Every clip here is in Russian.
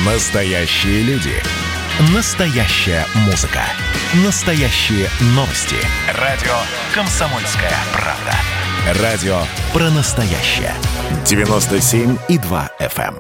Настоящие люди. Настоящая музыка. Настоящие новости. Радио «Комсомольская правда». Радио про настоящее. 97,2 FM.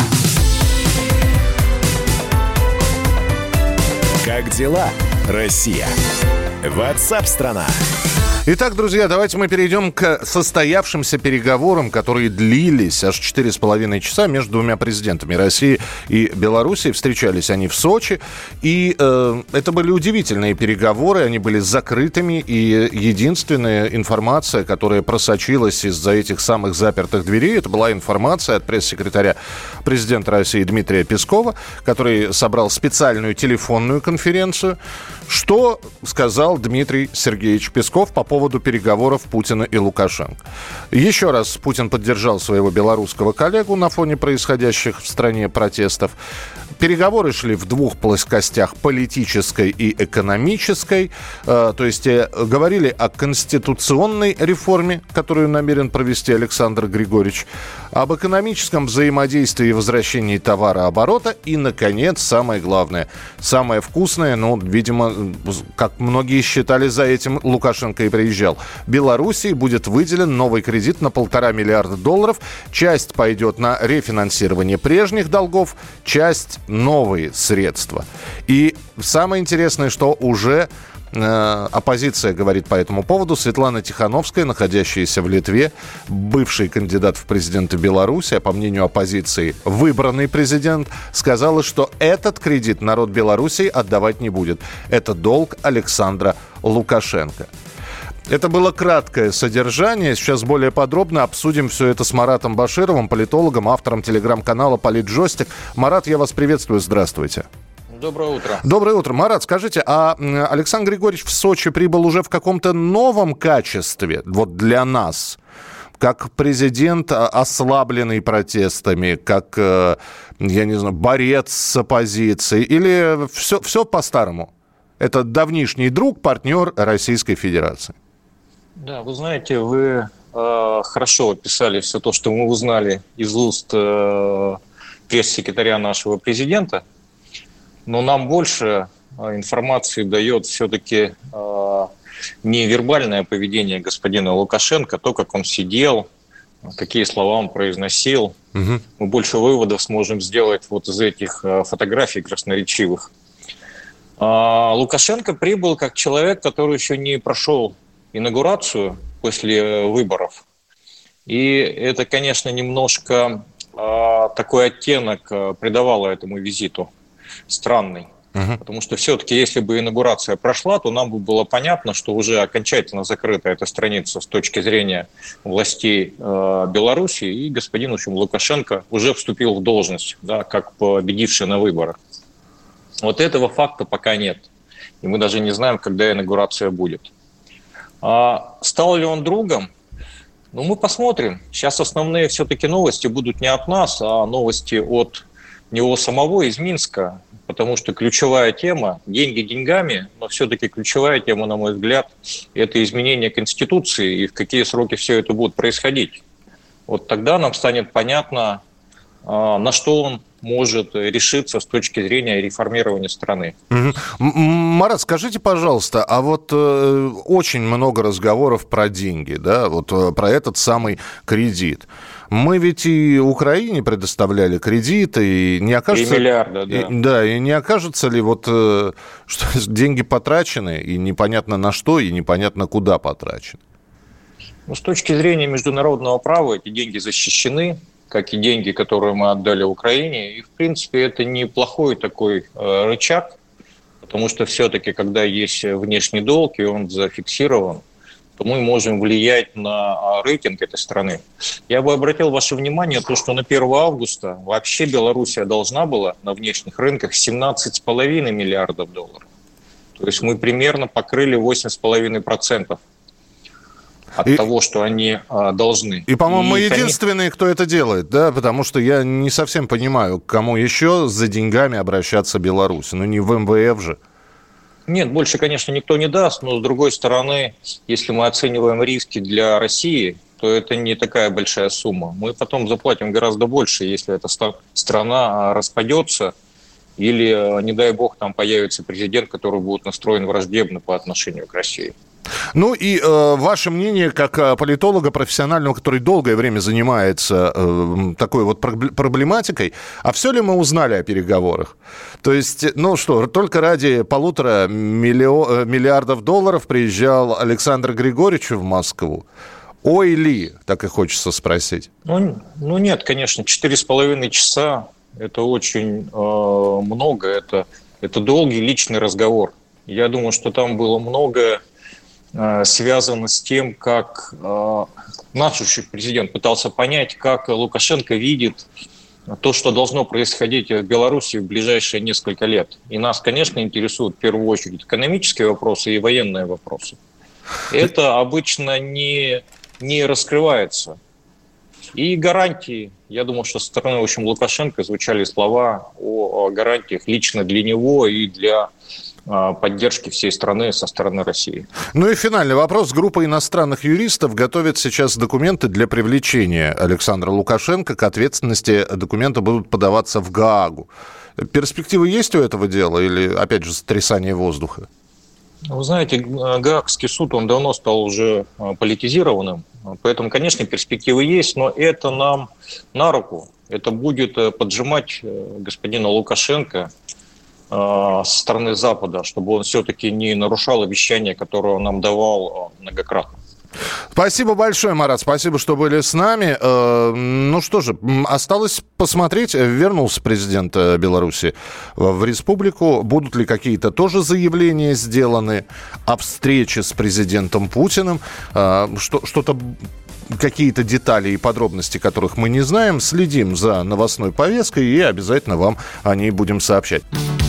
Как дела, Россия? WhatsApp-страна. Итак, друзья, давайте мы перейдем к состоявшимся переговорам, которые длились аж 4,5 часа между двумя президентами России и Белоруссии. Встречались они в Сочи. И это были удивительные переговоры, они были закрытыми. И единственная информация, которая просочилась из-за этих самых запертых дверей, это была информация от пресс-секретаря президента России Дмитрия Пескова, который собрал специальную телефонную конференцию. Что сказал Дмитрий Сергеевич Песков по поводу переговоров Путина и Лукашенко? Еще раз Путин поддержал своего белорусского коллегу на фоне происходящих в стране протестов. Переговоры шли в двух плоскостях: политической и экономической. То есть говорили о конституционной реформе, которую намерен провести Александр Григорьевич, об экономическом взаимодействии и возвращении товарооборота и, наконец, самое главное, самое вкусное, видимо, как многие считали, за этим Лукашенко и приезжал. Белоруссии будет выделен новый кредит на $1,5 миллиарда. Часть пойдет на рефинансирование прежних долгов, часть новые средства. И самое интересное, что уже оппозиция говорит по этому поводу. Светлана Тихановская, находящаяся в Литве, бывший кандидат в президенты Беларуси, а по мнению оппозиции выбранный президент, сказала, что этот кредит народ Белоруссии отдавать не будет. Это долг Александра Лукашенко. Это было краткое содержание. Сейчас более подробно обсудим все это с Маратом Башировым, политологом, автором телеграм-канала «Политджойстик». Марат, я вас приветствую. Здравствуйте. Доброе утро. Доброе утро. Марат, скажите, а Александр Григорьевич в Сочи прибыл уже в каком-то новом качестве, вот для нас? Как президент, ослабленный протестами, как, я не знаю, борец с оппозицией? Или все по-старому? Это давнишний друг, партнер Российской Федерации. Да, вы знаете, вы хорошо описали все то, что мы узнали из уст пресс-секретаря нашего президента. Но нам больше информации дает все-таки не вербальное поведение господина Лукашенко, то, как он сидел, какие слова он произносил. Угу. Мы больше выводов сможем сделать вот из этих фотографий красноречивых. Лукашенко прибыл как человек, который еще не прошел инаугурацию после выборов. И это, конечно, немножко такой оттенок придавало этому визиту. Странный. Потому что все-таки, если бы инаугурация прошла, то нам бы было понятно, что уже окончательно закрыта эта страница с точки зрения властей Беларуси, и господин Лукашенко уже вступил в должность, да, как победивший на выборах. Вот этого факта пока нет. И мы даже не знаем, когда инаугурация будет. Стал ли он другом? Мы посмотрим. Сейчас основные все-таки новости будут не от нас, а новости от него самого из Минска. Потому что ключевая тема, деньги деньгами, но все-таки ключевая тема, на мой взгляд, это изменение Конституции и в какие сроки все это будет происходить. Вот тогда нам станет понятно, на что он может решиться с точки зрения реформирования страны. Марат, скажите, пожалуйста, а вот очень много разговоров про деньги, да, вот про этот самый кредит. Мы ведь и Украине предоставляли кредиты, и не окажется... 3 миллиарда, да. Да, и не окажется ли что деньги потрачены, и непонятно на что, и непонятно куда потрачены? С точки зрения международного права эти деньги защищены, как и деньги, которые мы отдали Украине. И, в принципе, это неплохой такой рычаг, потому что все-таки, когда есть внешний долг, и он зафиксирован, то мы можем влиять на рейтинг этой страны. Я бы обратил ваше внимание на то, что на 1 августа вообще Белоруссия должна была на внешних рынках $17,5 миллиардов. То есть мы примерно покрыли 8,5% от того, что они должны. И, по-моему, мы единственные, кто это делает, да, потому что я не совсем понимаю, к кому еще за деньгами обращаться Беларусь. Не в МВФ же. Нет, больше, конечно, никто не даст, но, с другой стороны, если мы оцениваем риски для России, то это не такая большая сумма. Мы потом заплатим гораздо больше, если эта страна распадется или, не дай бог, там появится президент, который будет настроен враждебно по отношению к России. Ну и ваше мнение, как политолога профессионального, который долгое время занимается такой вот проблематикой, а все ли мы узнали о переговорах? То есть, ну что, только ради $1,5 миллиардов долларов приезжал Александр Григорьевич в Москву? Ой ли, так и хочется спросить. Ну нет, конечно, 4,5 часа – это очень много, это долгий личный разговор. Я думаю, что там было многое связано с тем, как наш президент пытался понять, как Лукашенко видит то, что должно происходить в Беларуси в ближайшие несколько лет. И нас, конечно, интересуют в первую очередь экономические вопросы и военные вопросы. Это обычно не раскрывается. И гарантии. Я думаю, что со стороны, в общем, Лукашенко звучали слова о гарантиях лично для него и для поддержки всей страны со стороны России. Ну и финальный вопрос. Группа иностранных юристов готовит сейчас документы для привлечения Александра Лукашенко к ответственности. Документы будут подаваться в Гаагу. Перспективы есть у этого дела или, опять же, сотрясание воздуха? Вы знаете, Гаагский суд, он давно стал уже политизированным, поэтому, конечно, перспективы есть, но это нам на руку. Это будет поджимать господина Лукашенко со стороны Запада, чтобы он все-таки не нарушал обещания, которые он нам давал многократно. Спасибо большое, Марат. Спасибо, что были с нами. Ну что же, осталось посмотреть. Вернулся президент Беларуси в республику. Будут ли какие-то тоже заявления сделаны о встрече с президентом Путиным? Что-то, какие-то детали и подробности, которых мы не знаем. Следим за новостной повесткой и обязательно вам о ней будем сообщать.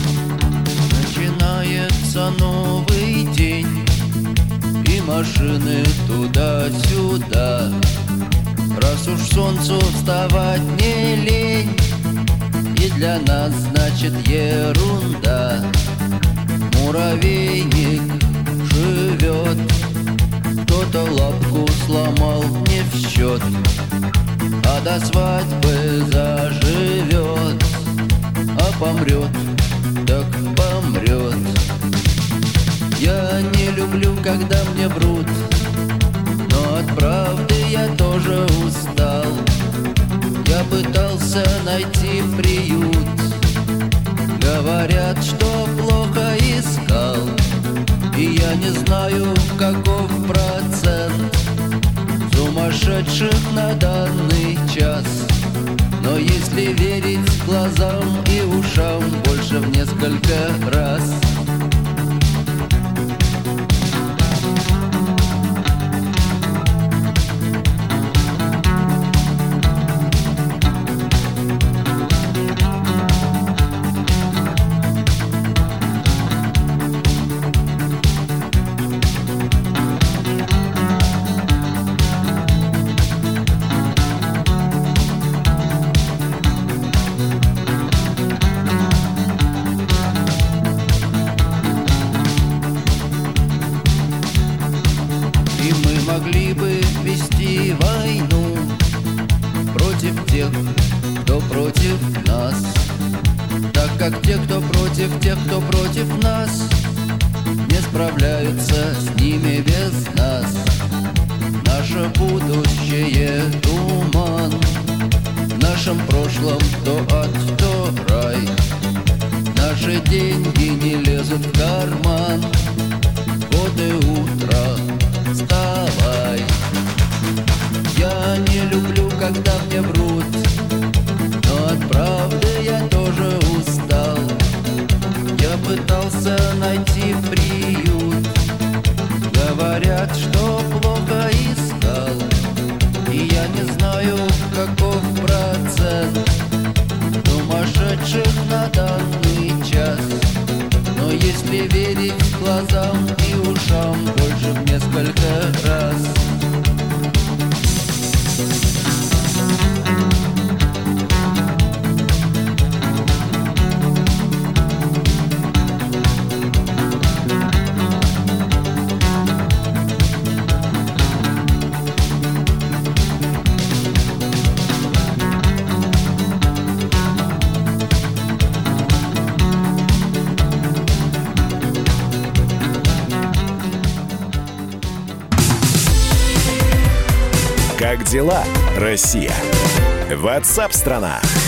Начинается новый день, и машины туда-сюда. Раз уж солнцу вставать не лень, и для нас значит ерунда. Муравейник живет, кто-то лапку сломал не в счет, а до свадьбы заживет, а помрет, так помрет. Я не люблю, когда мне врут, но от правды я тоже устал. Я пытался найти приют, говорят, что плохо искал, и я не знаю, каков процент сумасшедших на данный час. Но если верить глазам и ушам, больше в несколько раз. Могли бы вести войну против тех, кто против нас, так как те, кто против тех, кто против нас, не справляются с ними без нас. Наше будущее туман, в нашем прошлом то ад, то рай. Наши деньги не лезут в карман, вот и утро. Вставай. Я не люблю, когда мне врут, но от правды я тоже устал. Я пытался найти приют, говорят, что плохо искал, и я не знаю, каков процент сумасшедших на данный час. Но если верить глазам и ушам, больше в несколько раз. Как дела, Россия? WhatsApp-страна!